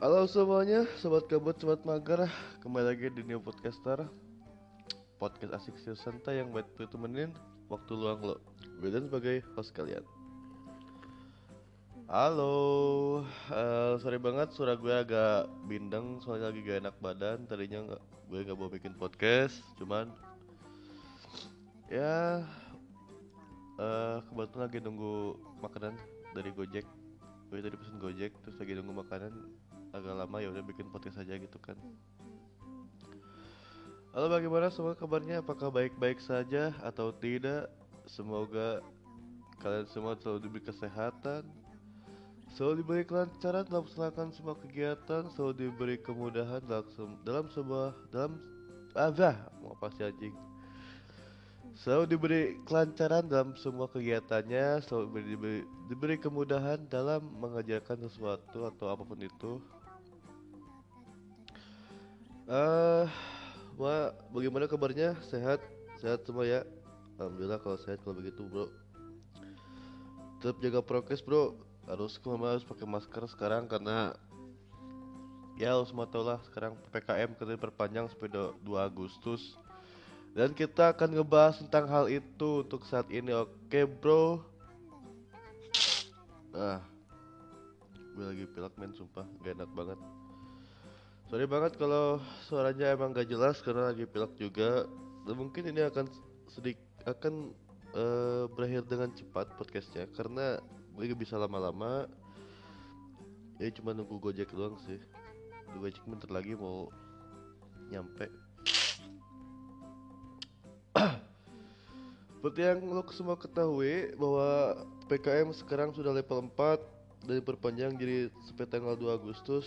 Halo semuanya, sobat kabut, sobat mager. Kembali lagi di New Podcaster, podcast asik santai yang buat temenin waktu luang lo. Gue dan sebagai host kalian. Halo, sorry banget suara gue agak bindeng soalnya lagi gak enak badan. Tadinya gue nggak mau bikin podcast, cuman ya kebetulan lagi nunggu makanan dari Gojek. Gue tadi pesen Gojek, terus lagi nunggu makanan agak lama, ya udah bikin podcast aja gitu kan. Halo, bagaimana semua kabarnya? Apakah baik-baik saja atau tidak? Semoga kalian semua selalu diberi kesehatan, selalu diberi kelancaran dalam melaksanakan semua kegiatan, selalu diberi kemudahan dalam sebuah dalam mau apa sih anjing? Selalu diberi kelancaran dalam semua kegiatannya, selalu diberi kemudahan dalam mengajarkan sesuatu atau apapun itu. Eh, bagaimana kabarnya? Sehat? Sehat semua ya? Alhamdulillah kalau sehat kalau begitu, bro. Tetap jaga prokes, bro. Harus pakai masker sekarang karena ya lo semua tau lah sekarang PPKM katanya perpanjang sampai 2 Agustus. Dan kita akan ngebahas tentang hal itu untuk saat ini. Oke, bro. Ah, gue lagi pilek men, sumpah gak enak banget. Sorry banget kalau suaranya emang gak jelas karena lagi pilek juga. Dan mungkin ini akan berakhir dengan cepat podcastnya karena gue gak bisa lama-lama. Ya cuma nunggu Gojek doang sih. Gojek bentar lagi mau nyampe. Seperti yang lo semua ketahui bahwa PKM sekarang sudah level 4 dan diperpanjang jadi sampai tanggal 2 Agustus,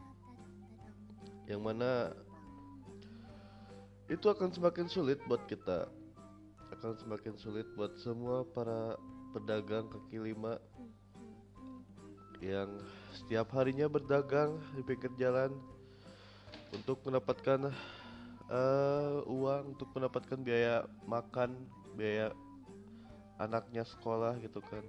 yang mana itu akan semakin sulit buat kita, akan semakin sulit buat semua para pedagang kaki lima yang setiap harinya berdagang di pinggir jalan untuk mendapatkan uang, untuk mendapatkan biaya makan, biaya anaknya sekolah gitu kan.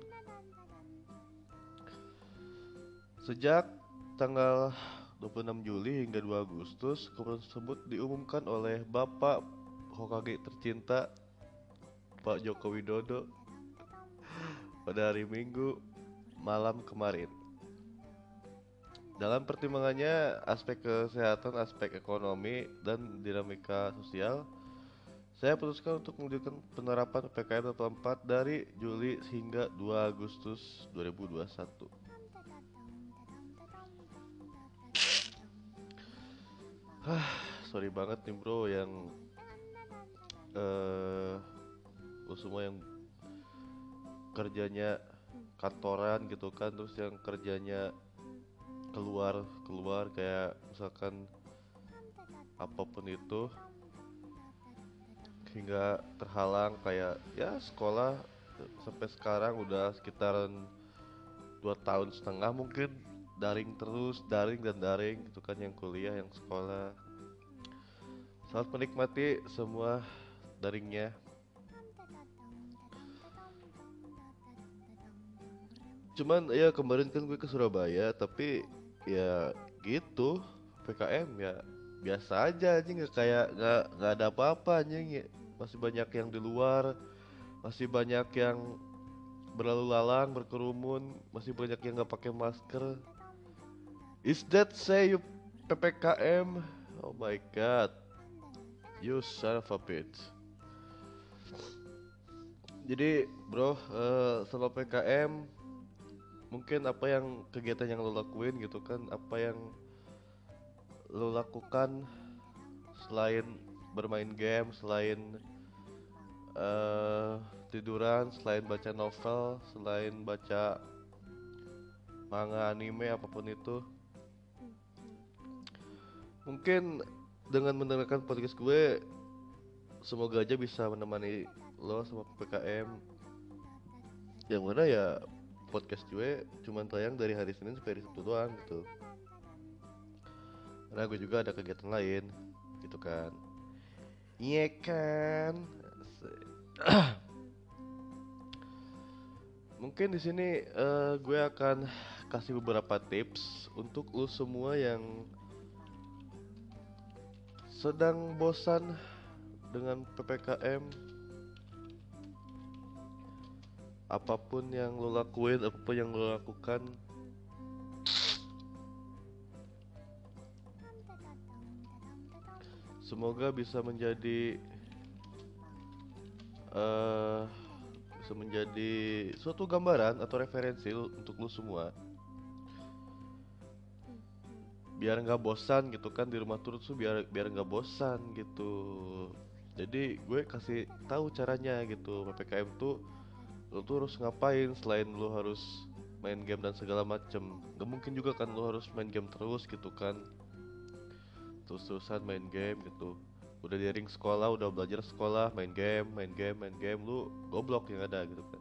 Sejak tanggal 26 Juli hingga 2 Agustus, keputusan tersebut diumumkan oleh Bapak Hokage tercinta Pak Joko Widodo pada hari Minggu malam kemarin. Dalam pertimbangannya aspek kesehatan, aspek ekonomi, dan dinamika sosial, saya putuskan untuk melanjutkan penerapan PPKM level 4 dari Juli hingga 2 Agustus 2021. Sorry banget nih bro yang eh lo semua yang kerjanya kantoran gitu kan, terus yang kerjanya keluar keluar kayak misalkan apapun itu hingga terhalang kayak ya sekolah sampai sekarang udah sekitaran 2 tahun setengah mungkin daring terus, daring dan daring gitu kan, yang kuliah yang sekolah. Selamat menikmati semua daringnya. Cuman ya kemarin kan gue ke Surabaya, tapi ya gitu, PKM ya biasa aja anjing, nggak kayak nggak ada apa-apa anjing ya. Masih banyak yang di luar, masih banyak yang berlalu lalang berkerumun, masih banyak yang nggak pakai masker. Is that say you PPKM? Oh my god, you son of a bitch. Jadi bro, selama PKM mungkin apa yang kegiatan yang lo lakuin gitu kan, apa yang lo lakukan selain bermain game, selain eh tiduran, selain baca novel, selain baca manga, anime, apapun itu. Mungkin dengan mendengarkan podcast gue, semoga aja bisa menemani lo sama PPKM. Yang mana ya podcast gue cuma tayang dari hari Senin sampai hari Sabtu doang gitu. Karena gue juga ada kegiatan lain gitu kan. Iya kan. Mungkin di sini gue akan kasih beberapa tips untuk lu semua yang sedang bosan dengan PPKM. Apapun yang lo lakuin, apapun yang lo lakukan, semoga eh bisa menjadi suatu gambaran atau referensi untuk lu semua, biar nggak bosan gitu kan di rumah terus tuh, biar biar nggak bosan gitu. Jadi gue kasih tahu caranya gitu. PPKM tuh lu tuh harus ngapain selain lu harus main game dan segala macem. Gak mungkin juga kan lu harus main game terus gitu kan, terus-terusan main game gitu. Udah di ring sekolah, udah belajar sekolah, main game, main game, main game, lu goblok yang ada gitu kan.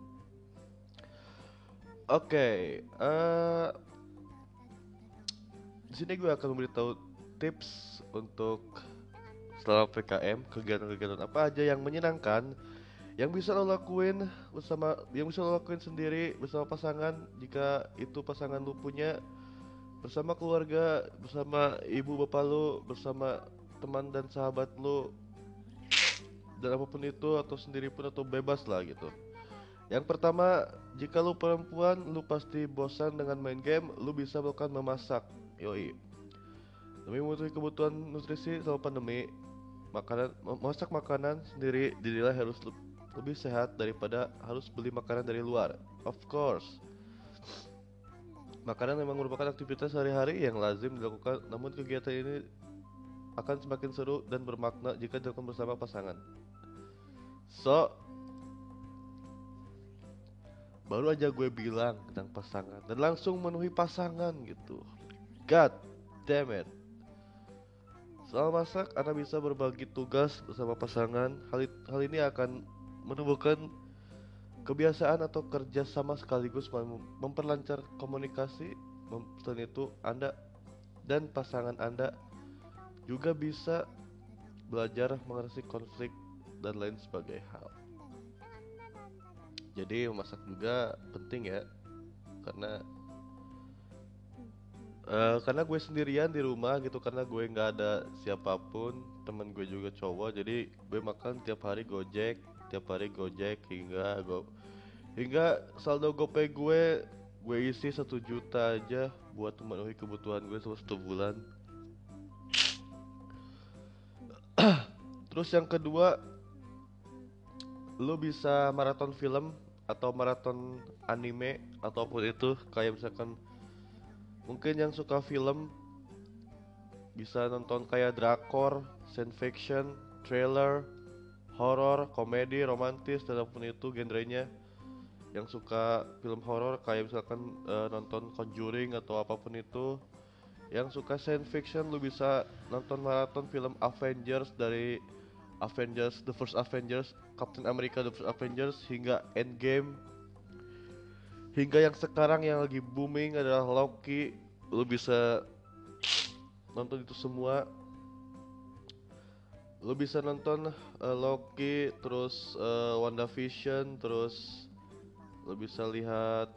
Oke, di sini gue akan memberitahu tips untuk selama PKM, kegiatan-kegiatan apa aja yang menyenangkan yang bisa lo lakuin yang bisa lo lakuin sendiri bersama pasangan, jika itu pasangan lo punya, bersama keluarga, bersama ibu bapak lo, bersama teman dan sahabat lo, dan apapun itu, atau sendiri pun atau bebas lah gitu. Yang pertama, jika lu perempuan, lu pasti bosan dengan main game, lu bisa melakukan memasak. Yoi. Demi memenuhi kebutuhan nutrisi selama pandemi, memasak makanan sendiri dinilai harus lebih sehat daripada harus beli makanan dari luar. Of course, makanan memang merupakan aktivitas sehari-hari yang lazim dilakukan, namun kegiatan ini akan semakin seru dan bermakna jika dilakukan bersama pasangan. So, baru aja gue bilang tentang pasangan dan langsung memenuhi pasangan gitu. God damn it. Soal masak, Anda bisa berbagi tugas bersama pasangan. Hal ini akan menumbuhkan kebiasaan atau kerja sama sekaligus memperlancar komunikasi. Selain itu, Anda dan pasangan Anda juga bisa belajar mengatasi konflik dan lain sebagainya hal. Jadi memasak juga penting ya, karena karena gue sendirian di rumah gitu, karena gue nggak ada siapapun, temen gue juga cowok, jadi gue makan tiap hari gojek hingga saldo GoPay gue isi 1 juta aja buat memenuhi kebutuhan gue selama 1 bulan. Terus yang kedua, lu bisa maraton film atau maraton anime ataupun itu, kayak misalkan mungkin yang suka film bisa nonton kayak drakor, science fiction, trailer, horor, komedi, romantis, dan apapun itu genrenya. Yang suka film horor kayak misalkan nonton Conjuring atau apapun itu. Yang suka science fiction, lu bisa nonton maraton film Avengers, dari Avengers, The First Avengers, Captain America The First Avengers hingga Endgame, hingga yang sekarang yang lagi booming adalah Loki. Lu bisa nonton itu semua. Lu bisa nonton Loki, terus WandaVision, terus lu bisa lihat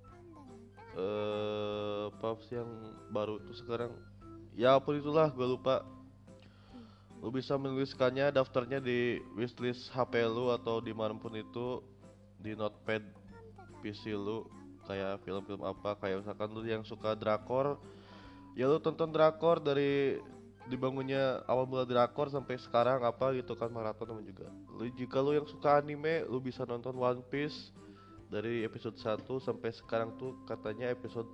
apa sih yang baru tuh sekarang, ya apa itulah gue lupa. Lu bisa menuliskannya, daftarnya di wishlist HP lu atau dimanapun itu, di notepad PC lu, kayak film-film apa, kayak misalkan lu yang suka drakor, ya lu tonton drakor dari dibangunnya awal mula drakor sampai sekarang apa gitu kan, maraton temen juga. Jika lu yang suka anime, lu bisa nonton One Piece dari episode 1 sampai sekarang tuh katanya episode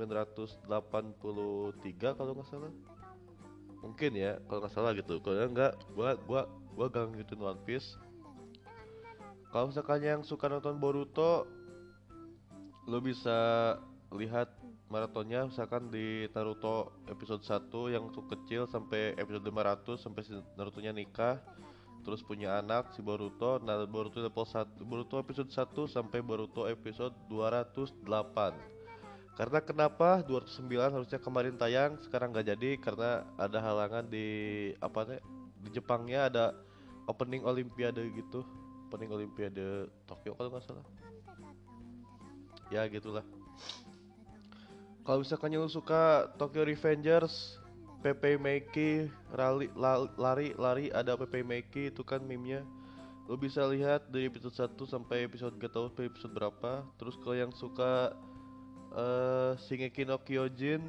983 kalau nggak salah. Mungkin ya kalau nggak salah gitu. Kalau enggak, gua gak ngikutin One Piece. Kalau misalkan yang suka nonton Boruto, lu bisa lihat maratonnya misalkan di Naruto episode 1 yang tuh kecil sampai episode 500, sampai si Naruto-nya nikah terus punya anak si Boruto. Nah, Boruto level 1, Boruto episode 1 sampai Boruto episode 208. Karena kenapa 209 harusnya kemarin tayang, sekarang nggak jadi karena ada halangan di apa nih, di Jepangnya ada opening Olimpiade gitu, opening Olimpiade Tokyo kalau nggak salah. Ya gitulah. Kalau misalkan lu suka Tokyo Revengers, Pepe Meki, lari ada Pepe Meki itu kan meme-nya. Lu bisa lihat dari episode 1 sampai episode gak tau episode berapa. Terus kalau yang suka Shingeki no Kyojin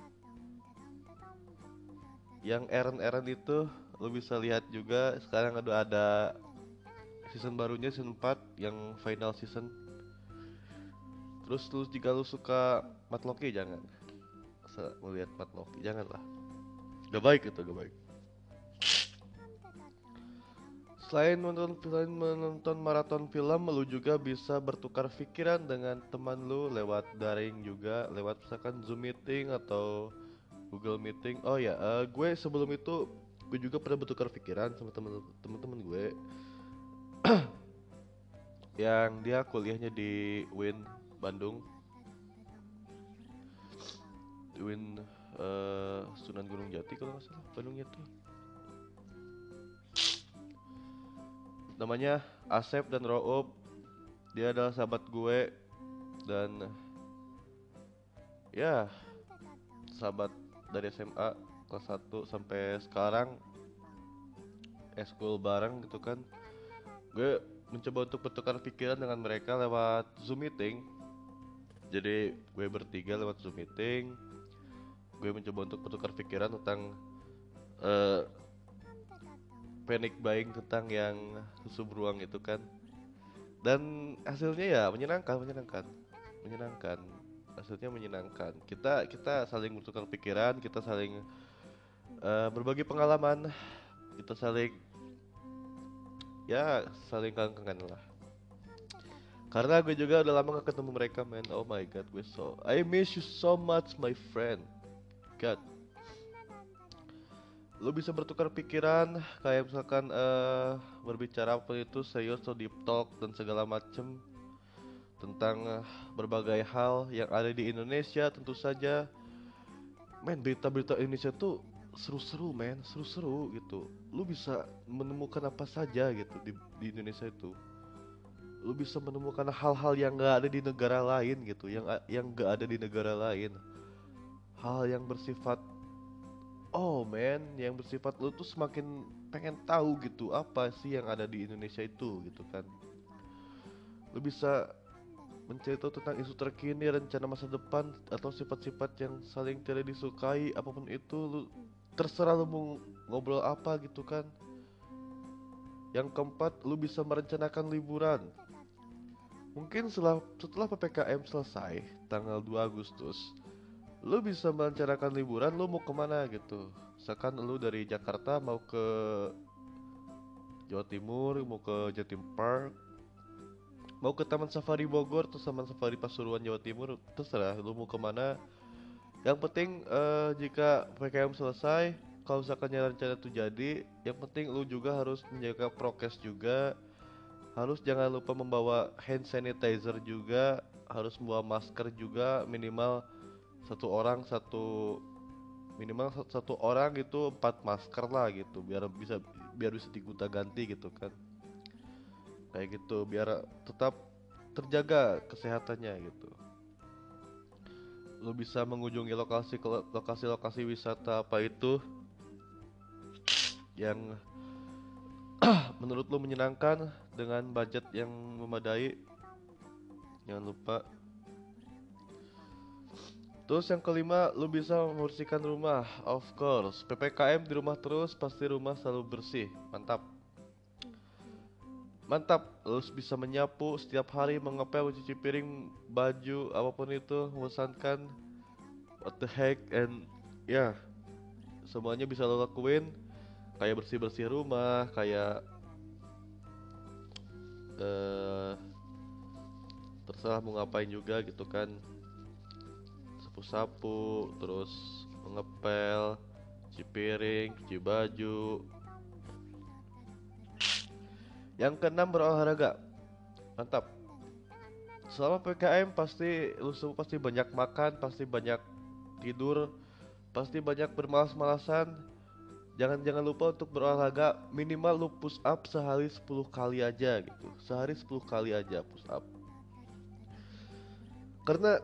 yang Eren itu lu bisa lihat juga. Sekarang ada season barunya, season 4 yang final season. Terus jika lu suka Matlocky jangan melihat Matlocky, janganlah. Gak baik itu, gak baik. Selain menonton maraton film, lu juga bisa bertukar pikiran dengan teman lu lewat daring juga, lewat misalkan Zoom meeting atau Google Meeting. Oh ya, gue sebelum itu gue juga pernah bertukar pikiran sama temen-temen gue yang dia kuliahnya di UIN Bandung, di UIN Sunan Gunung Jati kalau nggak salah, Bandungnya tuh. Namanya Asep dan Roop. Dia adalah sahabat gue dan ya sahabat dari SMA kelas 1 sampai sekarang, eskul bareng gitu kan. Gue mencoba untuk bertukar pikiran dengan mereka lewat Zoom meeting. Jadi gue bertiga lewat Zoom meeting. Gue mencoba untuk bertukar pikiran tentang eh, panic buying, tentang yang susu beruang itu kan. Dan hasilnya ya menyenangkan. Hasilnya menyenangkan. Kita saling bertukar pikiran, kita saling berbagi pengalaman, kita saling kangen lah. Karena gue juga udah lama gak ketemu mereka, man. Oh my god, I miss you so much, my friend. God. Lu bisa bertukar pikiran, kayak misalkan berbicara apa itu serius atau deep talk dan segala macem tentang berbagai hal yang ada di Indonesia tentu saja. Men, berita-berita Indonesia tuh seru-seru, men, seru-seru gitu. Lu bisa menemukan apa saja gitu di Indonesia itu. Lu bisa menemukan hal-hal yang gak ada di negara lain gitu, yang gak ada di negara lain. Hal yang bersifat, oh man, yang bersifat lu tuh semakin pengen tahu gitu apa sih yang ada di Indonesia itu gitu kan. Lu bisa mencari tahu tentang isu terkini, rencana masa depan, atau sifat-sifat yang saling tidak disukai, apapun itu. Lu terserah lu mau ngobrol apa gitu kan. Yang keempat, lu bisa merencanakan liburan. Mungkin setelah PPKM selesai tanggal 2 Agustus, lu bisa merencanakan liburan, lu mau kemana gitu. Misalkan lu dari Jakarta mau ke Jawa Timur, mau ke Jatim Park, mau ke Taman Safari Bogor atau Taman Safari Pasuruan Jawa Timur, terserah lu mau kemana. Yang penting jika PPKM selesai, kalau misalkan rencana itu jadi, yang penting lu juga harus menjaga prokes juga. Harus jangan lupa membawa hand sanitizer juga, harus membawa masker juga, minimal satu orang itu 4 masker lah gitu, biar bisa digunakan ganti gitu kan. Kayak gitu biar tetap terjaga kesehatannya gitu. Lu bisa mengunjungi lokasi wisata apa itu yang menurut lu menyenangkan dengan budget yang memadai. Jangan lupa. Terus yang kelima, lu bisa membersihkan rumah. Of course, PPKM di rumah terus, pasti rumah selalu bersih. Mantap. Mantap, lu bisa menyapu setiap hari, mengepel, mencuci piring, baju, apapun itu, membosankan. What the heck, and ya, semuanya bisa lo lakuin. Kayak bersih-bersih rumah, kayak eh terserah mau ngapain juga gitu kan. Sapu-sapu, terus mengepel, cuci piring, cuci baju. Yang keenam, berolahraga. Mantap. Selama PKM lu semua pasti banyak makan, pasti banyak tidur, pasti banyak bermalas-malasan. Jangan lupa untuk berolahraga, minimal lu push up sehari 10 kali aja gitu. Sehari 10 kali aja push up. Karena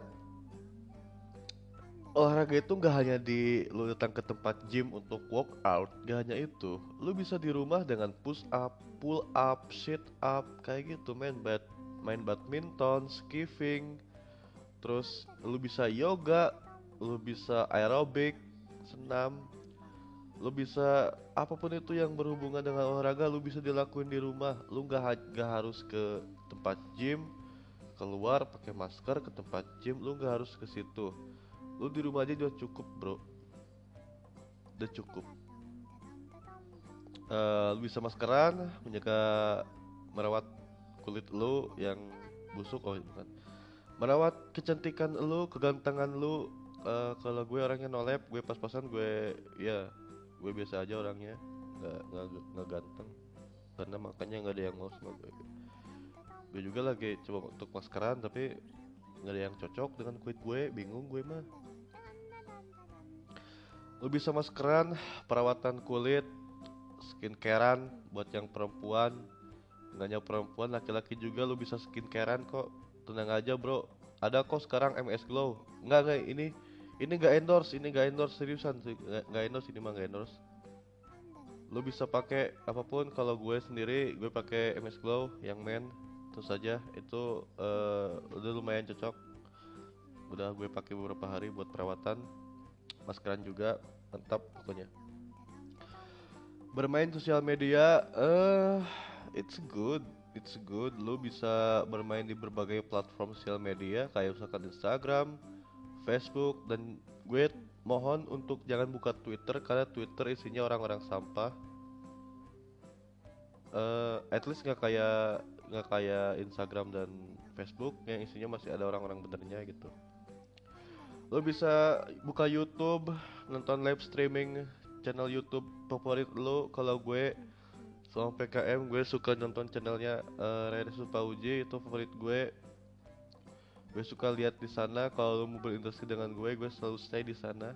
olahraga itu nggak hanya di lu datang ke tempat gym untuk workout, gak hanya itu. Lu bisa di rumah dengan push up, pull up, sit up, kayak gitu, main badminton, skipping, terus lu bisa yoga, lu bisa aerobik, senam, lu bisa apapun itu yang berhubungan dengan olahraga lu bisa dilakuin di rumah. Lu nggak harus ke tempat gym, keluar pakai masker ke tempat gym, lu nggak harus ke situ. Lu di rumah aja udah cukup, bro. Udah cukup. Lu bisa maskeran, menjaga merawat kulit lu yang busuk, oh bukan. Merawat kecantikan lu, kegantengan lu. Kalau gue orangnya nolep, gue pas-pasan, gue biasa aja orangnya, nggak ganteng. Karena makanya nggak ada yang mau sama gue. Gue juga lagi coba untuk maskeran, tapi nggak ada yang cocok dengan kulit gue, bingung gue mah. Lu bisa maskeran, perawatan kulit, skincarean buat yang perempuan, nggak hanya perempuan, laki-laki juga lu bisa skincarean kok. Tenang aja bro, ada kok sekarang MS Glow. Nggak, ini nggak endorse seriusan sih, nggak endorse, ini mah nggak endorse. Lu bisa pakai apapun. Kalau gue sendiri gue pakai MS Glow yang men, terus saja itu udah lumayan cocok. Udah gue pakai beberapa hari buat perawatan, maskeran juga mantap pokoknya. Bermain sosial media, it's good. Lu bisa bermain di berbagai platform sosial media kayak misalkan Instagram, Facebook, dan gue mohon untuk jangan buka Twitter karena Twitter isinya orang-orang sampah. At least nggak kayak Instagram dan Facebook yang isinya masih ada orang-orang benernya gitu. Lo bisa buka YouTube, nonton live streaming channel YouTube favorit lo. Kalau gue selama PKM gue suka nonton channelnya Rere Supauji, itu favorit gue. Gue suka lihat di sana. Kalau lo mau berinteraksi dengan gue selalu stay di sana.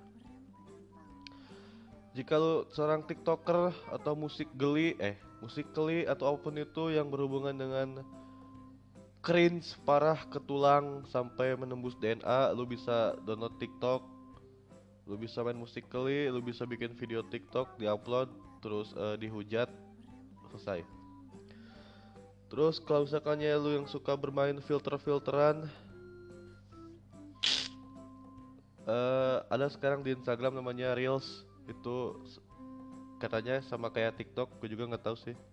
Jika lo seorang TikToker atau musik geli atau apapun itu yang berhubungan dengan cringe parah ke tulang sampai menembus DNA, lu bisa download TikTok, lu bisa main Musical.ly, lu bisa bikin video TikTok, diupload, terus dihujat, selesai. Terus kalau misalkannya lu yang suka bermain filter-filteran, ada sekarang di Instagram namanya Reels, itu katanya sama kayak TikTok, gue juga nggak tahu sih.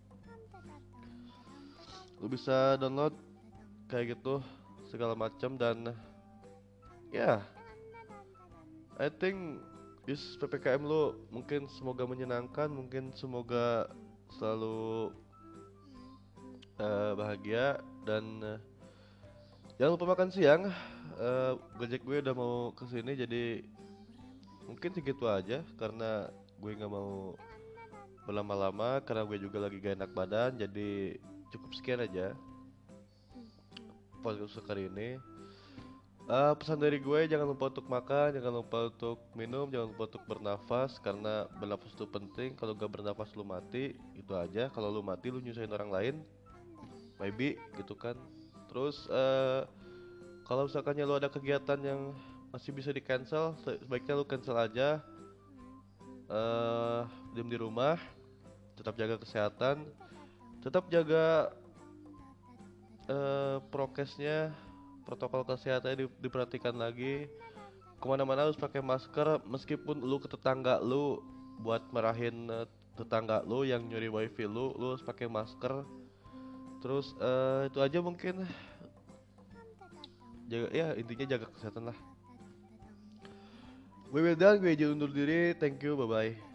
Lu bisa download kayak gitu segala macam dan ya, I think this PPKM lu mungkin semoga menyenangkan, mungkin semoga selalu bahagia dan jangan lupa makan siang. Gojek gue udah mau kesini jadi mungkin segitu aja karena gue nggak mau berlama-lama karena gue juga lagi gak enak badan, jadi cukup sekian aja podcast kali ini. Pesan dari gue, jangan lupa untuk makan, jangan lupa untuk minum, jangan lupa untuk bernafas karena bernafas itu penting. Kalau gak bernafas lu mati, itu aja. Kalau lu mati lu nyusahin orang lain, maybe gitu kan. Terus kalau misalkannya lu ada kegiatan yang masih bisa di cancel, sebaiknya lu cancel aja. Diam di rumah, tetap jaga kesehatan, tetap jaga prokesnya, protokol kesehatannya diperhatikan lagi. Kemana-mana harus pakai masker, meskipun lu ke tetangga lu buat marahin tetangga lu yang nyuri wifi lu harus pakai masker. Terus itu aja mungkin. Jaga, ya intinya jaga kesehatan lah. Gue Wildan, gue izin undur diri. Thank you, bye bye.